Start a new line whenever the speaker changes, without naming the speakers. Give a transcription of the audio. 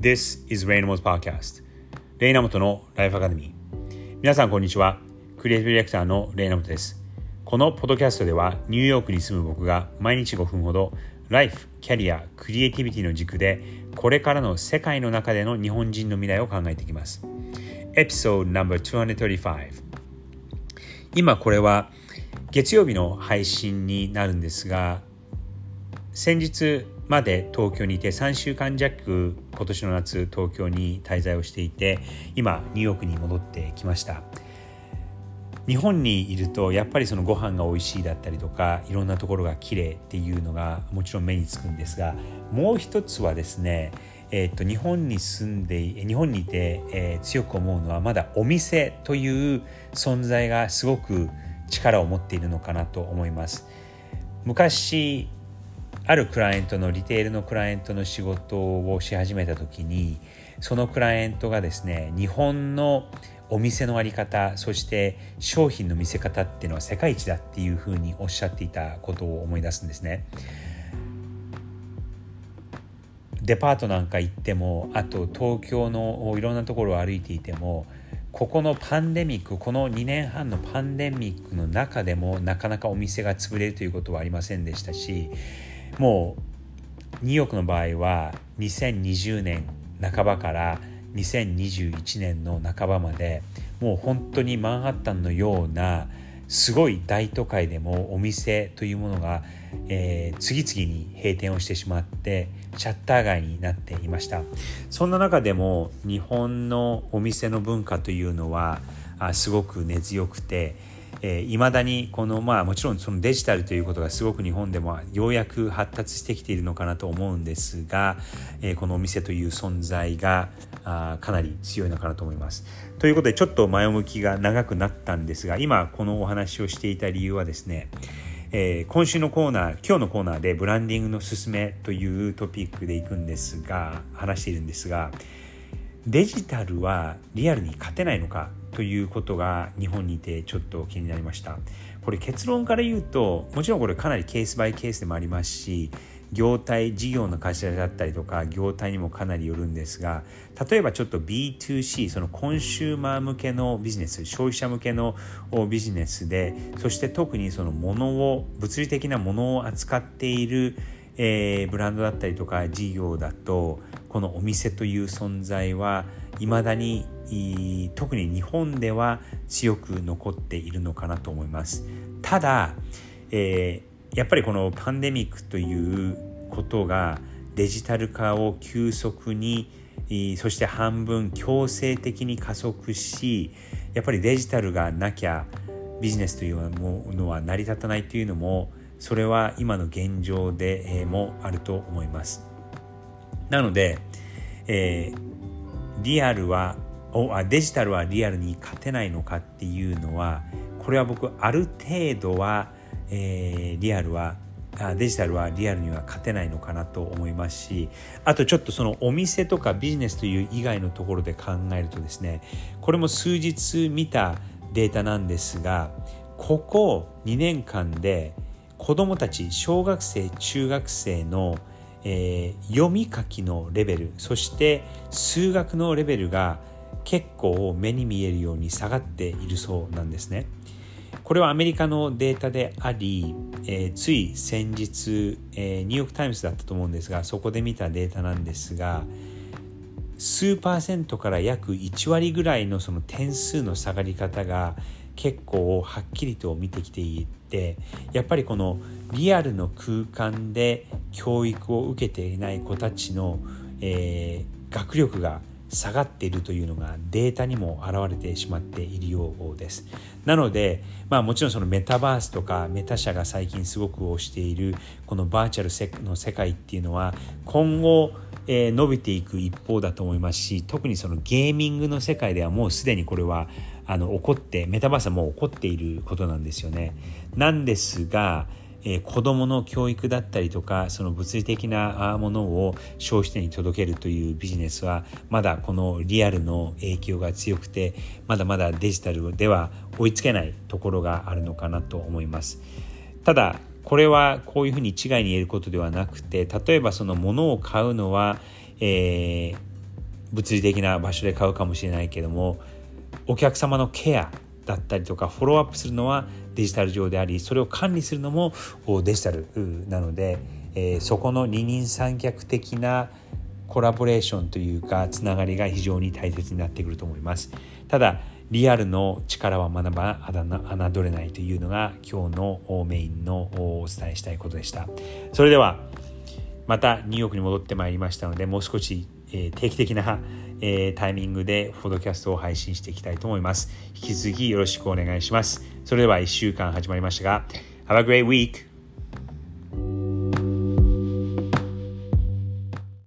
This is Raynamo's Podcast レイナモトのライフアカデミー。皆さんこんにちは。クリエイティブディレクターのレイナモトです。このポッドキャストではニューヨークに住む僕が毎日5分ほどライフ、キャリア、クリエイティビティの軸でこれからの世界の中での日本人の未来を考えていきます。エピソード No.235。今これは月曜日の配信になるんですが、先日まで東京にいて3週間弱今年の夏東京に滞在をしていて、今ニューヨークに戻ってきました。日本にいるとやっぱりそのご飯が美味しいだったりとか、いろんなところが綺麗っていうのがもちろん目につくんですが、もう一つはですね、日本にいて、強く思うのはまだお店という存在がすごく力を持っているのかなと思います。昔あるクライアントのリテールのクライアントの仕事をし始めた時に、そのクライアントがですね、日本のお店のあり方、そして商品の見せ方っていうのは世界一だっていうふうにおっしゃっていたことを思い出すんですね。デパートなんか行っても、あと東京のいろんなところを歩いていても、ここのパンデミック、この2年半のパンデミックの中でもなかなかお店が潰れるということはありませんでしたし、もうニューヨークの場合は2020年半ばから2021年の半ばまで、もう本当にマンハッタンのようなすごい大都会でもお店というものが、次々に閉店をしてしまってシャッター街になっていました。そんな中でも日本のお店の文化というのはすごく根強くて、未だにこのもちろんそのデジタルということがすごく日本でもようやく発達してきているのかなと思うんですが、このお店という存在がかなり強いのかなと思います。ということでちょっと前置きが長くなったんですが、今このお話をしていた理由はですね、今日のコーナーでブランディングのすすめというトピックで話しているんですが、デジタルはリアルに勝てないのかということが日本にいてちょっと気になりました。これ結論から言うと、もちろんこれかなりケースバイケースでもありますし、事業の会社だったりとか業態にもかなりよるんですが、例えばちょっと B2C、 そのコンシューマー向けのビジネス、消費者向けのビジネスで、そして特にその物理的なものを扱っているブランドだったりとか事業だと、このお店という存在は未だに特に日本では強く残っているのかなと思います。ただ、やっぱりこのパンデミックということがデジタル化を急速に、そして半分強制的に加速し、やっぱりデジタルがなきゃビジネスというものは成り立たないというのも、それは今の現状でもあると思います。なので、デジタルはリアルに勝てないのかっていうのは、これは僕ある程度は、デジタルはリアルには勝てないのかなと思いますし、あとちょっとそのお店とかビジネスという以外のところで考えるとですね、これも数日見たデータなんですが、ここ2年間で子どもたち、小学生中学生の読み書きのレベル、そして数学のレベルが結構目に見えるように下がっているそうなんですね。これはアメリカのデータであり、つい先日、ニューヨークタイムズだったと思うんですが、そこで見たデータなんですが、数%から約1割ぐらいのその点数の下がり方が結構はっきりと見てきていて、やっぱりこのリアルの空間で教育を受けていない子たちの、学力が下がっているというのがデータにも現れてしまっているようです。なので、もちろんそのメタバースとかメタ社が最近すごく推しているこのバーチャルの世界っていうのは今後、伸びていく一方だと思いますし、特にそのゲーミングの世界ではもうすでにこれはメタバースはもう起こっていることなんですよね。なんですが、子どもの教育だったりとか、その物理的なものを消費者に届けるというビジネスはまだこのリアルの影響が強くて、まだまだデジタルでは追いつけないところがあるのかなと思います。ただこれはこういうふうに一概に言えることではなくて、例えばその物を買うのは、 物理的な場所で買うかもしれないけども、お客様のケアだったりとかフォローアップするのはデジタル上であり、それを管理するのもデジタルなので、そこの二人三脚的なコラボレーションというかつながりが非常に大切になってくると思います。ただリアルの力は学ば侮れないというのが今日のメインのお伝えしたいことでした。それではまたニューヨークに戻ってまいりましたので、もう少し定期的なタイミングでポッドキャストを配信していきたいと思います。引き続きよろしくお願いします。それでは1週間始まりましたが Have a great week!